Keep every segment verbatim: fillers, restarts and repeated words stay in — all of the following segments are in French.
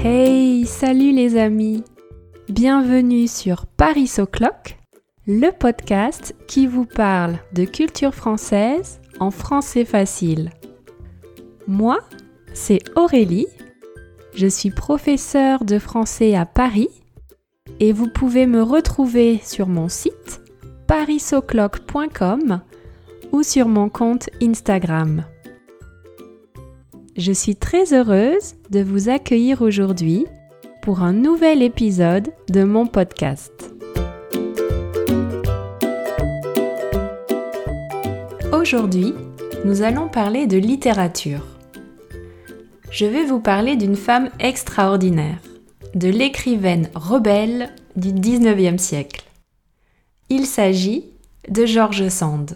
Hey, salut les amis! Bienvenue sur Paris O'Clock, le podcast qui vous parle de culture française en français facile. Moi, c'est Aurélie, je suis professeure de français à Paris et vous pouvez me retrouver sur mon site paris o'clock point com ou sur mon compte Instagram. Je suis très heureuse de vous accueillir aujourd'hui pour un nouvel épisode de mon podcast. Aujourd'hui, nous allons parler de littérature. Je vais vous parler d'une femme extraordinaire, de l'écrivaine rebelle du dix-neuvième siècle. Il s'agit de George Sand.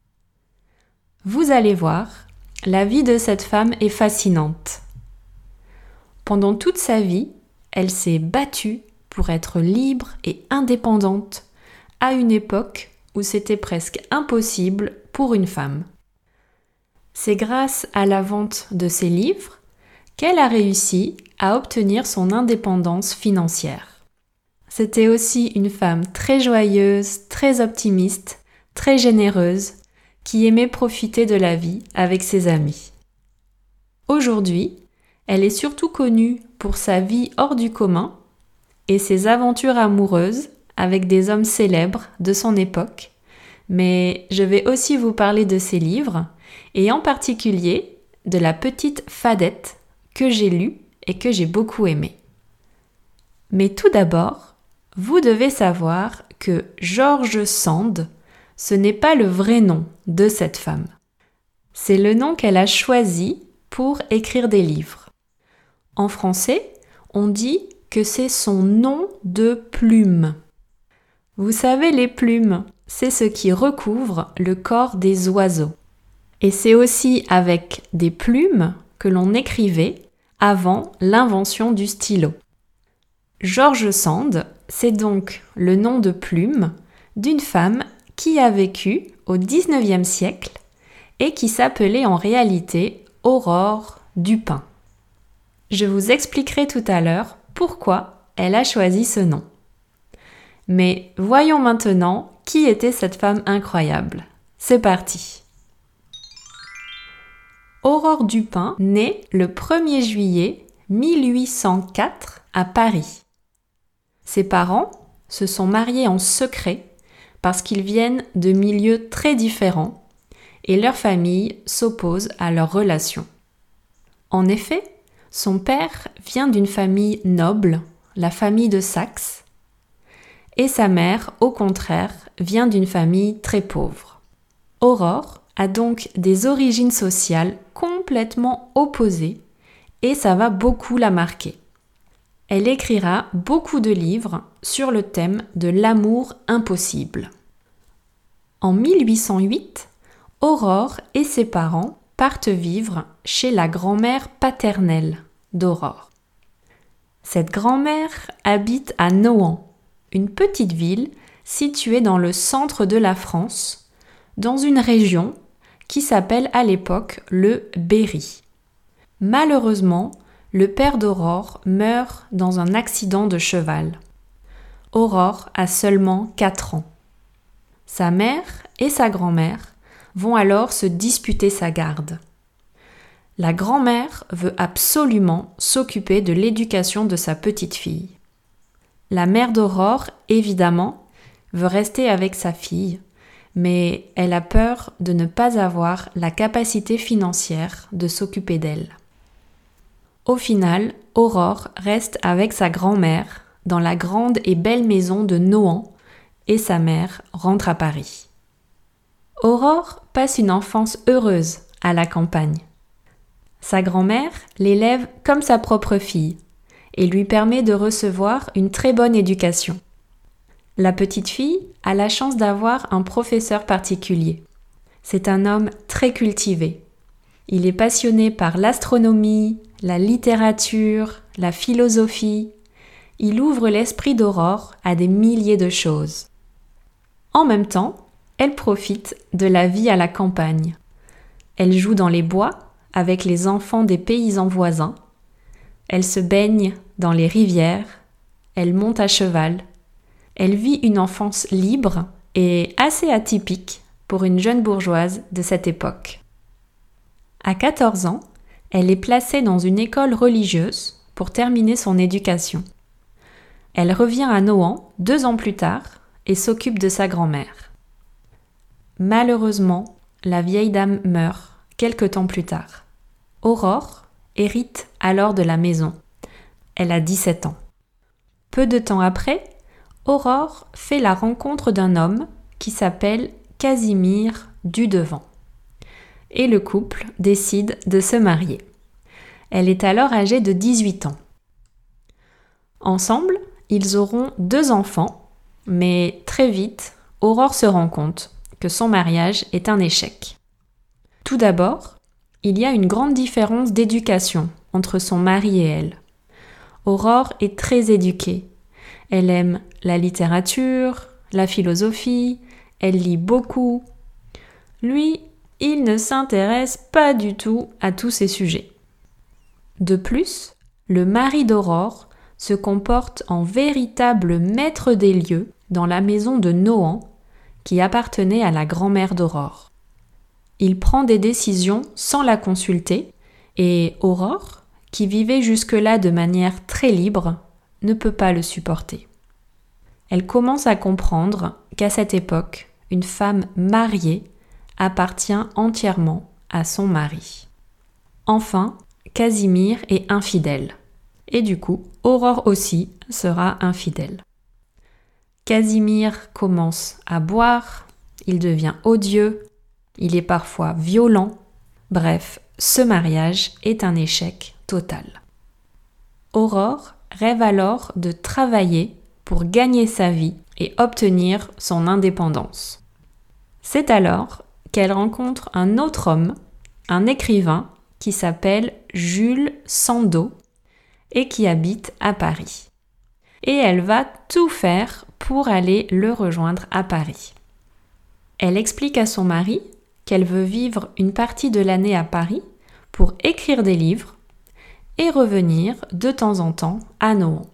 Vous allez voir, la vie de cette femme est fascinante. Pendant toute sa vie, elle s'est battue pour être libre et indépendante à une époque où c'était presque impossible pour une femme. C'est grâce à la vente de ses livres qu'elle a réussi à obtenir son indépendance financière. C'était aussi une femme très joyeuse, très optimiste, très généreuse, qui aimait profiter de la vie avec ses amis. Aujourd'hui, elle est surtout connue pour sa vie hors du commun et ses aventures amoureuses avec des hommes célèbres de son époque, mais je vais aussi vous parler de ses livres et en particulier de La Petite Fadette que j'ai lu et que j'ai beaucoup aimé. Mais tout d'abord, vous devez savoir que George Sand, ce n'est pas le vrai nom de cette femme. C'est le nom qu'elle a choisi pour écrire des livres. En français, on dit que c'est son nom de plume. Vous savez, les plumes, c'est ce qui recouvre le corps des oiseaux. Et c'est aussi avec des plumes que l'on écrivait avant l'invention du stylo. George Sand, c'est donc le nom de plume d'une femme qui a vécu au dix-neuvième siècle et qui s'appelait en réalité Aurore Dupin. Je vous expliquerai tout à l'heure pourquoi elle a choisi ce nom. Mais voyons maintenant qui était cette femme incroyable. C'est parti! Aurore Dupin naît le premier juillet mille huit cent quatre à Paris. Ses parents se sont mariés en secret parce qu'ils viennent de milieux très différents et leur famille s'oppose à leur relation. En effet, son père vient d'une famille noble, la famille de Saxe, et sa mère, au contraire, vient d'une famille très pauvre. Aurore a donc des origines sociales complètement opposées et ça va beaucoup la marquer. Elle écrira beaucoup de livres sur le thème de l'amour impossible. En mille huit cent huit, Aurore et ses parents partent vivre chez la grand-mère paternelle d'Aurore. Cette grand-mère habite à Nohant, une petite ville située dans le centre de la France, dans une région qui s'appelle à l'époque le Berry. Malheureusement, le père d'Aurore meurt dans un accident de cheval. Aurore a seulement quatre ans. Sa mère et sa grand-mère vont alors se disputer sa garde. La grand-mère veut absolument s'occuper de l'éducation de sa petite fille. La mère d'Aurore, évidemment, veut rester avec sa fille, mais elle a peur de ne pas avoir la capacité financière de s'occuper d'elle. Au final, Aurore reste avec sa grand-mère dans la grande et belle maison de Nohant et sa mère rentre à Paris. Aurore passe une enfance heureuse à la campagne. Sa grand-mère l'élève comme sa propre fille et lui permet de recevoir une très bonne éducation. La petite fille a la chance d'avoir un professeur particulier. C'est un homme très cultivé. Il est passionné par l'astronomie, la littérature, la philosophie. Il ouvre l'esprit d'Aurore à des milliers de choses. En même temps, elle profite de la vie à la campagne. Elle joue dans les bois avec les enfants des paysans voisins. Elle se baigne dans les rivières, elle monte à cheval, elle vit une enfance libre et assez atypique pour une jeune bourgeoise de cette époque. À quatorze ans, elle est placée dans une école religieuse pour terminer son éducation. Elle revient à Nohant deux ans plus tard et s'occupe de sa grand-mère. Malheureusement, la vieille dame meurt quelque temps plus tard. Aurore hérite alors de la maison. Elle a dix-sept ans. Peu de temps après, Aurore fait la rencontre d'un homme qui s'appelle Casimir Dudevant. Et le couple décide de se marier. Elle est alors âgée de dix-huit ans. Ensemble, ils auront deux enfants, mais très vite, Aurore se rend compte que son mariage est un échec. Tout d'abord, il y a une grande différence d'éducation entre son mari et elle. Aurore est très éduquée. Elle aime la littérature, la philosophie, elle lit beaucoup. Lui, il ne s'intéresse pas du tout à tous ces sujets. De plus, le mari d'Aurore se comporte en véritable maître des lieux dans la maison de Nohant qui appartenait à la grand-mère d'Aurore. Il prend des décisions sans la consulter et Aurore, qui vivait jusque-là de manière très libre, ne peut pas le supporter. Elle commence à comprendre qu'à cette époque, une femme mariée appartient entièrement à son mari. Enfin, Casimir est infidèle. Et du coup, Aurore aussi sera infidèle. Casimir commence à boire, il devient odieux, il est parfois violent. Bref, ce mariage est un échec total. Aurore rêve alors de travailler pour gagner sa vie et obtenir son indépendance. C'est alors qu'elle rencontre un autre homme, un écrivain qui s'appelle Jules Sandeau et qui habite à Paris. Et elle va tout faire pour aller le rejoindre à Paris. Elle explique à son mari qu'elle veut vivre une partie de l'année à Paris pour écrire des livres et revenir de temps en temps à Nohant.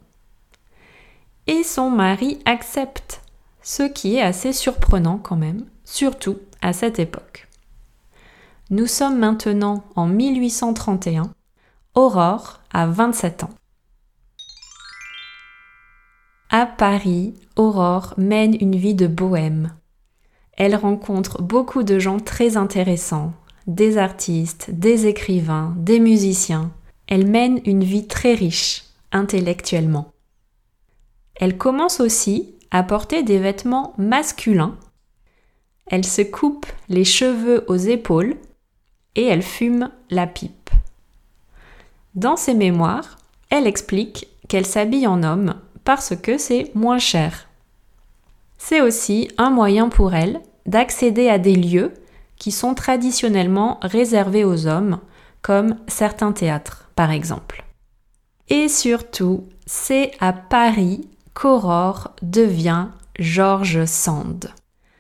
Et son mari accepte, ce qui est assez surprenant quand même, surtout à cette époque. Nous sommes maintenant en mille huit cent trente et un, Aurore a vingt-sept ans. À Paris, Aurore mène une vie de bohème. Elle rencontre beaucoup de gens très intéressants, des artistes, des écrivains, des musiciens. Elle mène une vie très riche, intellectuellement. Elle commence aussi à porter des vêtements masculins. Elle se coupe les cheveux aux épaules et elle fume la pipe. Dans ses mémoires, elle explique qu'elle s'habille en homme parce que c'est moins cher. C'est aussi un moyen pour elle d'accéder à des lieux qui sont traditionnellement réservés aux hommes, comme certains théâtres, par exemple. Et surtout, c'est à Paris qu'Aurore devient George Sand.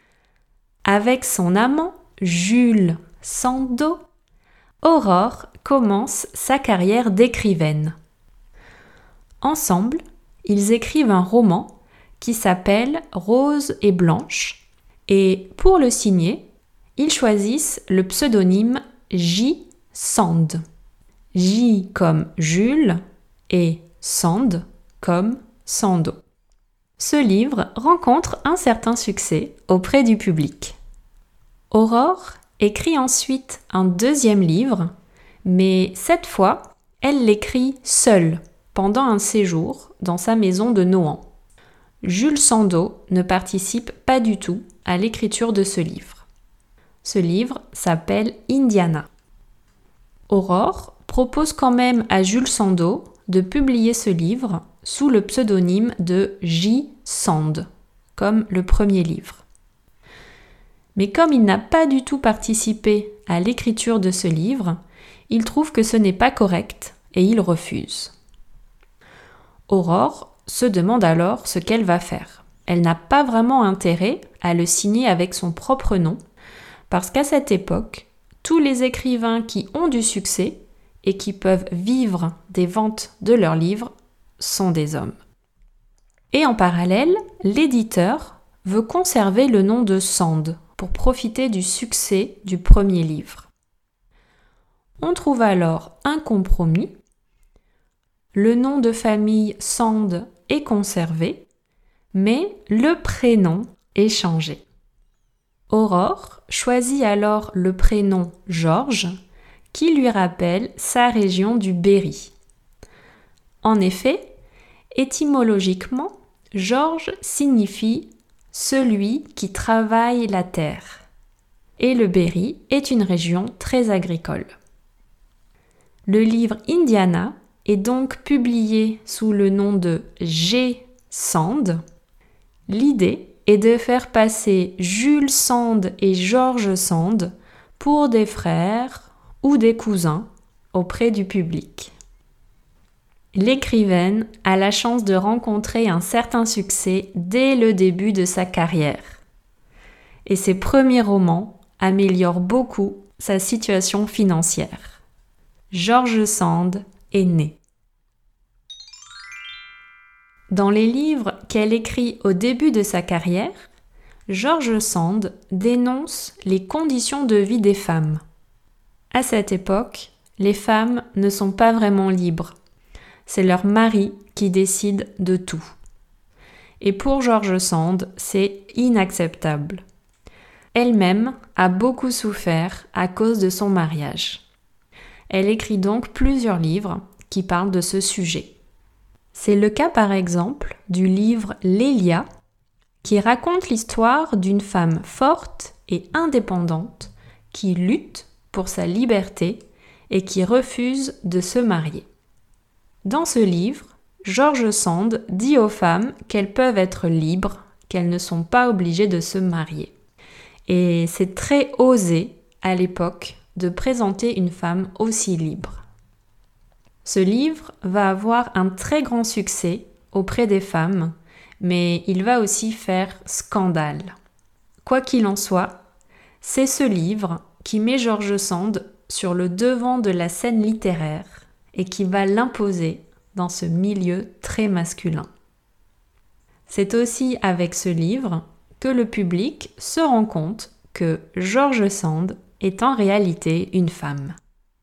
Avec son amant, Jules Sandeau, Aurore commence sa carrière d'écrivaine. Ensemble, ils écrivent un roman qui s'appelle Rose et Blanche et pour le signer, ils choisissent le pseudonyme J. Sand. J comme Jules et Sand comme Sandeau. Ce livre rencontre un certain succès auprès du public. Aurore écrit ensuite un deuxième livre, mais cette fois, elle l'écrit seule pendant un séjour dans sa maison de Nohant. Jules Sandeau ne participe pas du tout à l'écriture de ce livre. Ce livre s'appelle Indiana. Aurore propose quand même à Jules Sandeau de publier ce livre sous le pseudonyme de J. Sand, comme le premier livre. Mais comme il n'a pas du tout participé à l'écriture de ce livre, il trouve que ce n'est pas correct et il refuse. Aurore se demande alors ce qu'elle va faire. Elle n'a pas vraiment intérêt à le signer avec son propre nom, parce qu'à cette époque, tous les écrivains qui ont du succès et qui peuvent vivre des ventes de leurs livres sont des hommes. Et en parallèle, l'éditeur veut conserver le nom de Sand pour profiter du succès du premier livre. On trouve alors un compromis. Le nom de famille Sand est conservé, mais le prénom est changé. Aurore choisit alors le prénom Georges, qui lui rappelle sa région du Berry. En effet, étymologiquement, Georges signifie « celui qui travaille la terre » et le Berry est une région très agricole. Le livre Indiana est donc publié sous le nom de G. Sand. L'idée est de faire passer Jules Sand et Georges Sand pour des frères ou des cousins auprès du public. L'écrivaine a la chance de rencontrer un certain succès dès le début de sa carrière. Et ses premiers romans améliorent beaucoup sa situation financière. Georges Sand est né. Dans les livres qu'elle écrit au début de sa carrière, Georges Sand dénonce les conditions de vie des femmes. À cette époque, les femmes ne sont pas vraiment libres. C'est leur mari qui décide de tout. Et pour Georges Sand, c'est inacceptable. Elle-même a beaucoup souffert à cause de son mariage. Elle écrit donc plusieurs livres qui parlent de ce sujet. C'est le cas par exemple du livre Lélia, qui raconte l'histoire d'une femme forte et indépendante qui lutte pour sa liberté et qui refuse de se marier. Dans ce livre, Georges Sand dit aux femmes qu'elles peuvent être libres, qu'elles ne sont pas obligées de se marier. Et c'est très osé à l'époque de présenter une femme aussi libre. Ce livre va avoir un très grand succès auprès des femmes, mais il va aussi faire scandale. Quoi qu'il en soit, c'est ce livre qui met Georges Sand sur le devant de la scène littéraire et qui va l'imposer dans ce milieu très masculin. C'est aussi avec ce livre que le public se rend compte que Georges Sand est en réalité une femme.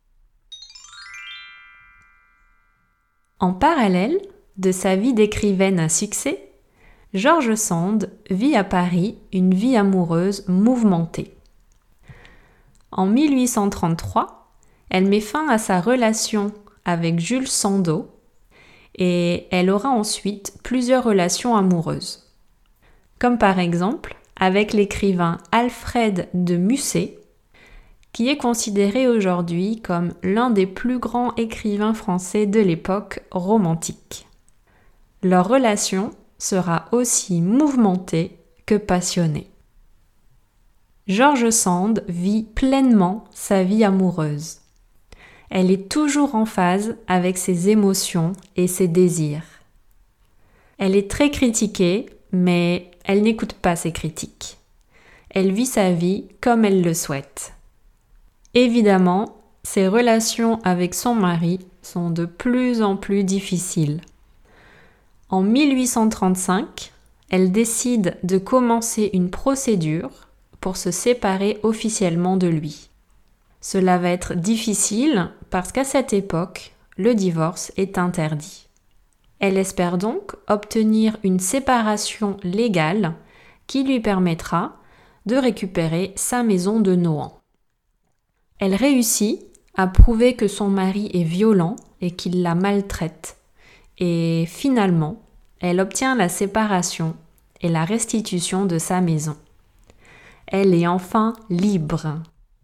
En parallèle de sa vie d'écrivaine à succès, Georges Sand vit à Paris une vie amoureuse mouvementée. En mille huit cent trente-trois, elle met fin à sa relation avec Jules Sandeau et elle aura ensuite plusieurs relations amoureuses. Comme par exemple avec l'écrivain Alfred de Musset, qui est considéré aujourd'hui comme l'un des plus grands écrivains français de l'époque romantique. Leur relation sera aussi mouvementée que passionnée. Georges Sand vit pleinement sa vie amoureuse. Elle est toujours en phase avec ses émotions et ses désirs. Elle est très critiquée, mais elle n'écoute pas ses critiques. Elle vit sa vie comme elle le souhaite. Évidemment, ses relations avec son mari sont de plus en plus difficiles. En mille huit cent trente-cinq, elle décide de commencer une procédure pour se séparer officiellement de lui. Cela va être difficile parce qu'à cette époque, le divorce est interdit. Elle espère donc obtenir une séparation légale qui lui permettra de récupérer sa maison de Nohant. Elle réussit à prouver que son mari est violent et qu'il la maltraite. Et finalement, elle obtient la séparation et la restitution de sa maison. Elle est enfin libre.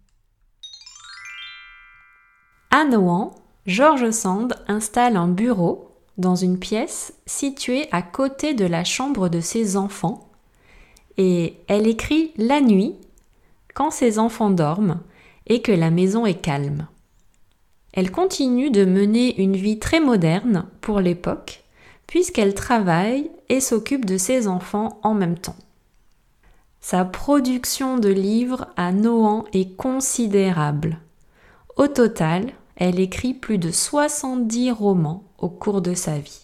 À Nohant, Georges Sand installe un bureau dans une pièce située à côté de la chambre de ses enfants et elle écrit la nuit quand ses enfants dorment et que la maison est calme. Elle continue de mener une vie très moderne pour l'époque puisqu'elle travaille et s'occupe de ses enfants en même temps. Sa production de livres à Nohant est considérable. Au total, elle écrit plus de soixante-dix romans au cours de sa vie.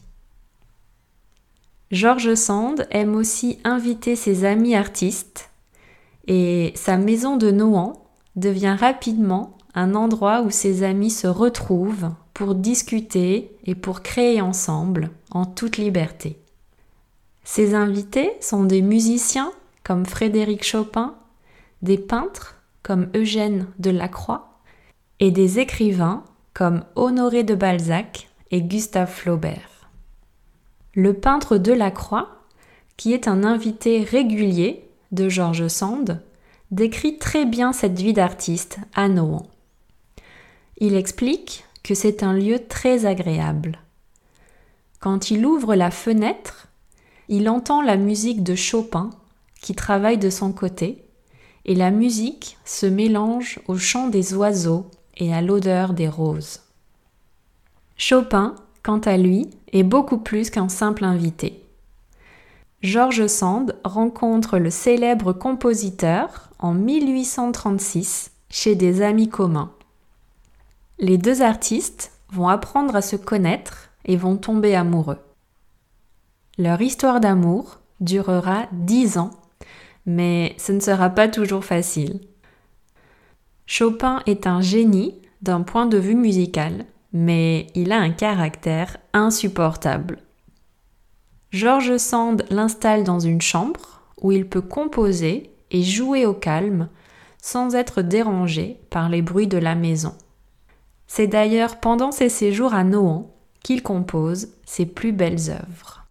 George Sand aime aussi inviter ses amis artistes et sa maison de Nohant devient rapidement un endroit où ses amis se retrouvent pour discuter et pour créer ensemble en toute liberté. Ses invités sont des musiciens comme Frédéric Chopin, des peintres comme Eugène Delacroix et des écrivains comme Honoré de Balzac et Gustave Flaubert. Le peintre Delacroix, qui est un invité régulier de George Sand, décrit très bien cette vie d'artiste à Nohant. Il explique que c'est un lieu très agréable. Quand il ouvre la fenêtre, il entend la musique de Chopin qui travaille de son côté et la musique se mélange au chant des oiseaux et à l'odeur des roses. Chopin, quant à lui, est beaucoup plus qu'un simple invité. George Sand rencontre le célèbre compositeur en mille huit cent trente-six chez des amis communs. Les deux artistes vont apprendre à se connaître et vont tomber amoureux. Leur histoire d'amour durera dix ans, mais ce ne sera pas toujours facile. Chopin est un génie d'un point de vue musical, mais il a un caractère insupportable. George Sand l'installe dans une chambre où il peut composer et jouer au calme sans être dérangé par les bruits de la maison. C'est d'ailleurs pendant ses séjours à Nohant qu'il compose ses plus belles œuvres.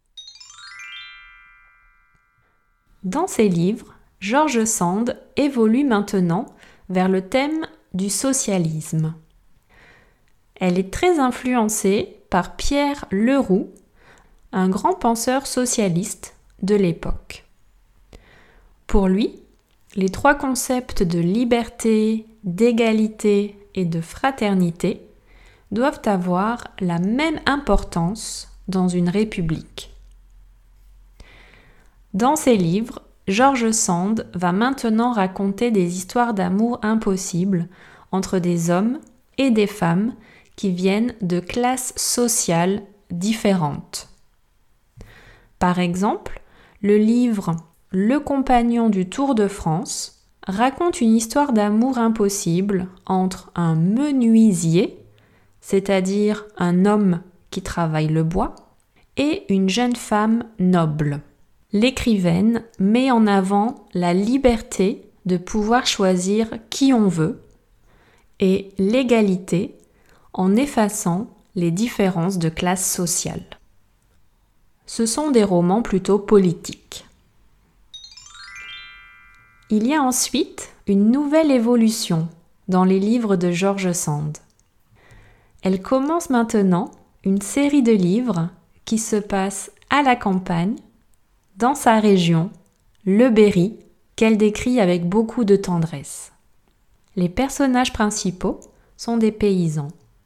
Dans ses livres, George Sand évolue maintenant vers le thème du socialisme. Elle est très influencée par Pierre Leroux, un grand penseur socialiste de l'époque. Pour lui, les trois concepts de liberté, d'égalité et de fraternité doivent avoir la même importance dans une république. Dans ses livres, George Sand va maintenant raconter des histoires d'amour impossibles entre des hommes et des femmes qui viennent de classes sociales différentes. Par exemple, le livre « Le compagnon du Tour de France » raconte une histoire d'amour impossible entre un menuisier, c'est-à-dire un homme qui travaille le bois, et une jeune femme noble. L'écrivaine met en avant la liberté de pouvoir choisir qui on veut et l'égalité en effaçant les différences de classe sociale. Ce sont des romans plutôt politiques. Il y a ensuite une nouvelle évolution dans les livres de George Sand. Elle commence maintenant une série de livres qui se passent à la campagne, dans sa région, le Berry, qu'elle décrit avec beaucoup de tendresse. Les personnages principaux sont des paysans.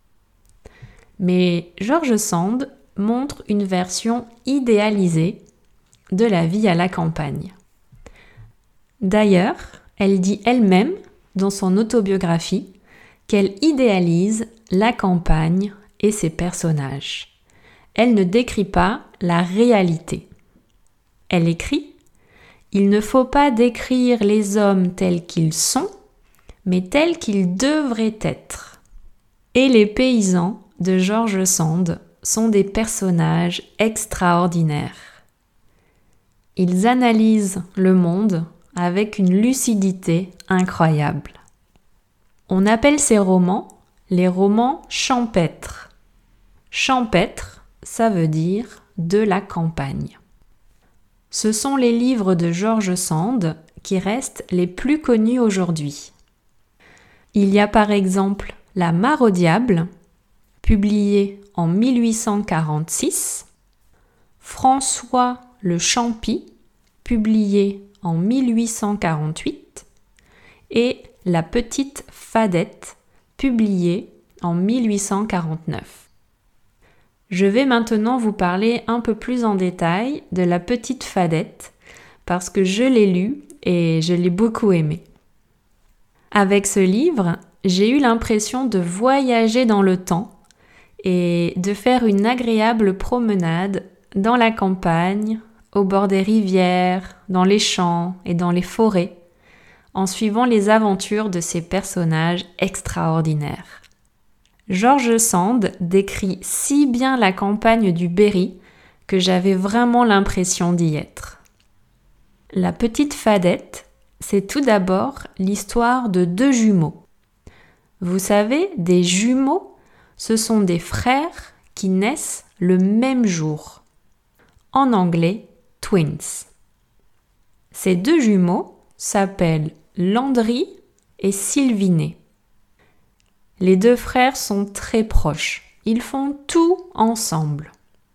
Mais George Sand montre une version idéalisée de la vie à la campagne. D'ailleurs, elle dit elle-même, dans son autobiographie, qu'elle idéalise la campagne et ses personnages. Elle ne décrit pas la réalité. Elle écrit « Il ne faut pas décrire les hommes tels qu'ils sont, mais tels qu'ils devraient être. » Et les paysans de George Sand sont des personnages extraordinaires. Ils analysent le monde avec une lucidité incroyable. On appelle ces romans les romans champêtres. Champêtre, ça veut dire de la campagne. Ce sont les livres de George Sand qui restent les plus connus aujourd'hui. Il y a par exemple La Mare au diable, publié en mille huit cent quarante-six, François le Champy, publié en mille huit cent quarante-huit, et La Petite Fadette, publiée en mille huit cent quarante-neuf. Je vais maintenant vous parler un peu plus en détail de La Petite Fadette, parce que je l'ai lu et je l'ai beaucoup aimé. Avec ce livre, j'ai eu l'impression de voyager dans le temps et de faire une agréable promenade dans la campagne, au bord des rivières, dans les champs et dans les forêts, en suivant les aventures de ces personnages extraordinaires. George Sand décrit si bien la campagne du Berry que j'avais vraiment l'impression d'y être. La petite Fadette, c'est tout d'abord l'histoire de deux jumeaux. Vous savez, des jumeaux, ce sont des frères qui naissent le même jour. En anglais, twins. Ces deux jumeaux s'appellent Landry et Sylvinet. Les deux frères sont très proches. Ils font tout ensemble.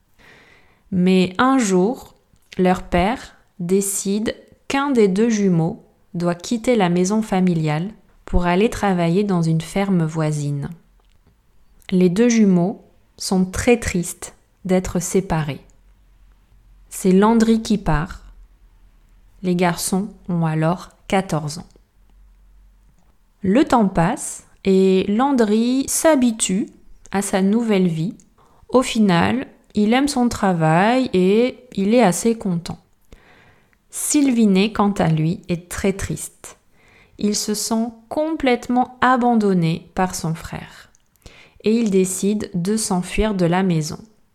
Mais un jour, leur père décide qu'un des deux jumeaux doit quitter la maison familiale pour aller travailler dans une ferme voisine. Les deux jumeaux sont très tristes d'être séparés. C'est Landry qui part. Les garçons ont alors quatorze ans. Le temps passe et Landry s'habitue à sa nouvelle vie. Au final, il aime son travail et il est assez content. Sylvinet, quant à lui, est très triste. Il se sent complètement abandonné par son frère et il décide de s'enfuir de la maison.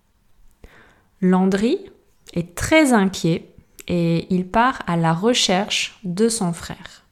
Landry est très inquiet et il part à la recherche de son frère.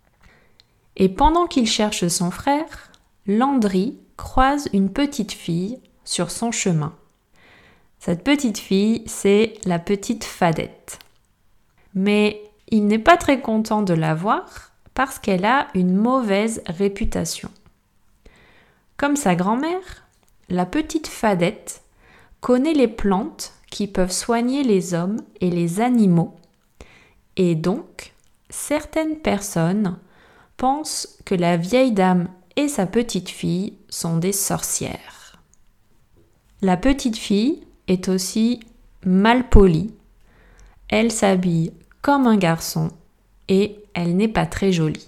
Et pendant qu'il cherche son frère, Landry croise une petite fille sur son chemin. Cette petite fille, c'est la petite Fadette. Mais il n'est pas très content de la voir parce qu'elle a une mauvaise réputation. Comme sa grand-mère, la petite Fadette connaît les plantes qui peuvent soigner les hommes et les animaux, et donc certaines personnes pensent que la vieille dame et sa petite fille sont des sorcières. La petite fille est aussi mal polie. Elle s'habille comme un garçon et elle n'est pas très jolie.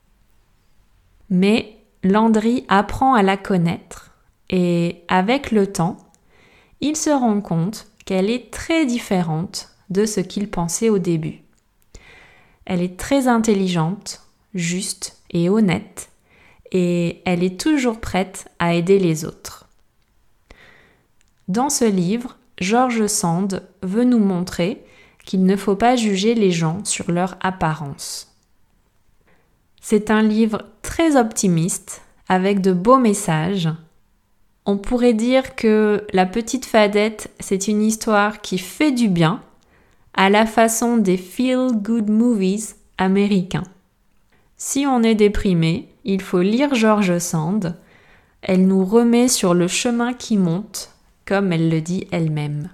Mais Landry apprend à la connaître et avec le temps, il se rend compte qu'elle est très différente de ce qu'il pensait au début. Elle est très intelligente, juste et honnête et elle est toujours prête à aider les autres. Dans ce livre, George Sand veut nous montrer qu'il ne faut pas juger les gens sur leur apparence. C'est un livre très optimiste, avec de beaux messages. On pourrait dire que La petite Fadette, c'est une histoire qui fait du bien, à la façon des feel-good movies américains. Si on est déprimé, il faut lire George Sand. Elle nous remet sur le chemin qui monte, comme elle le dit elle-même.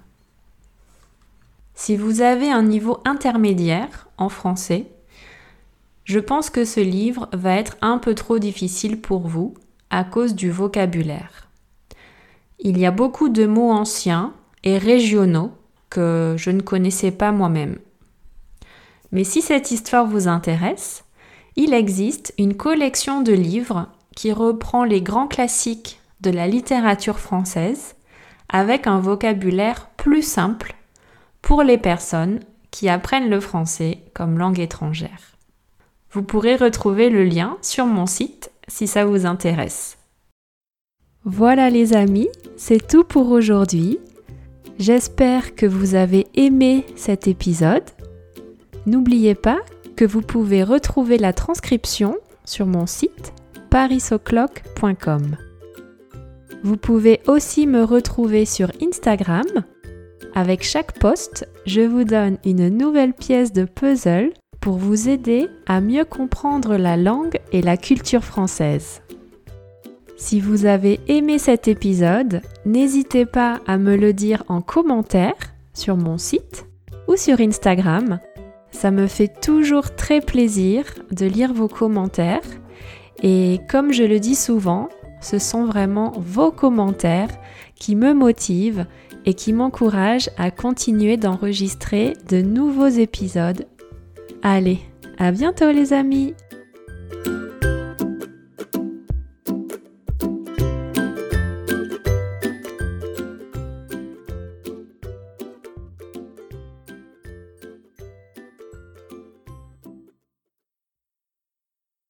Si vous avez un niveau intermédiaire en français, je pense que ce livre va être un peu trop difficile pour vous à cause du vocabulaire. Il y a beaucoup de mots anciens et régionaux que je ne connaissais pas moi-même. Mais si cette histoire vous intéresse, il existe une collection de livres qui reprend les grands classiques de la littérature française avec un vocabulaire plus simple pour les personnes qui apprennent le français comme langue étrangère. Vous pourrez retrouver le lien sur mon site si ça vous intéresse. Voilà les amis, c'est tout pour aujourd'hui. J'espère que vous avez aimé cet épisode. N'oubliez pas que vous pouvez retrouver la transcription sur mon site paris o'clock point com. Vous pouvez aussi me retrouver sur Instagram. Avec chaque post, je vous donne une nouvelle pièce de puzzle pour vous aider à mieux comprendre la langue et la culture française. Si vous avez aimé cet épisode, n'hésitez pas à me le dire en commentaire sur mon site ou sur Instagram. Ça me fait toujours très plaisir de lire vos commentaires et comme je le dis souvent, ce sont vraiment vos commentaires qui me motivent et qui m'encouragent à continuer d'enregistrer de nouveaux épisodes. Allez, à bientôt les amis!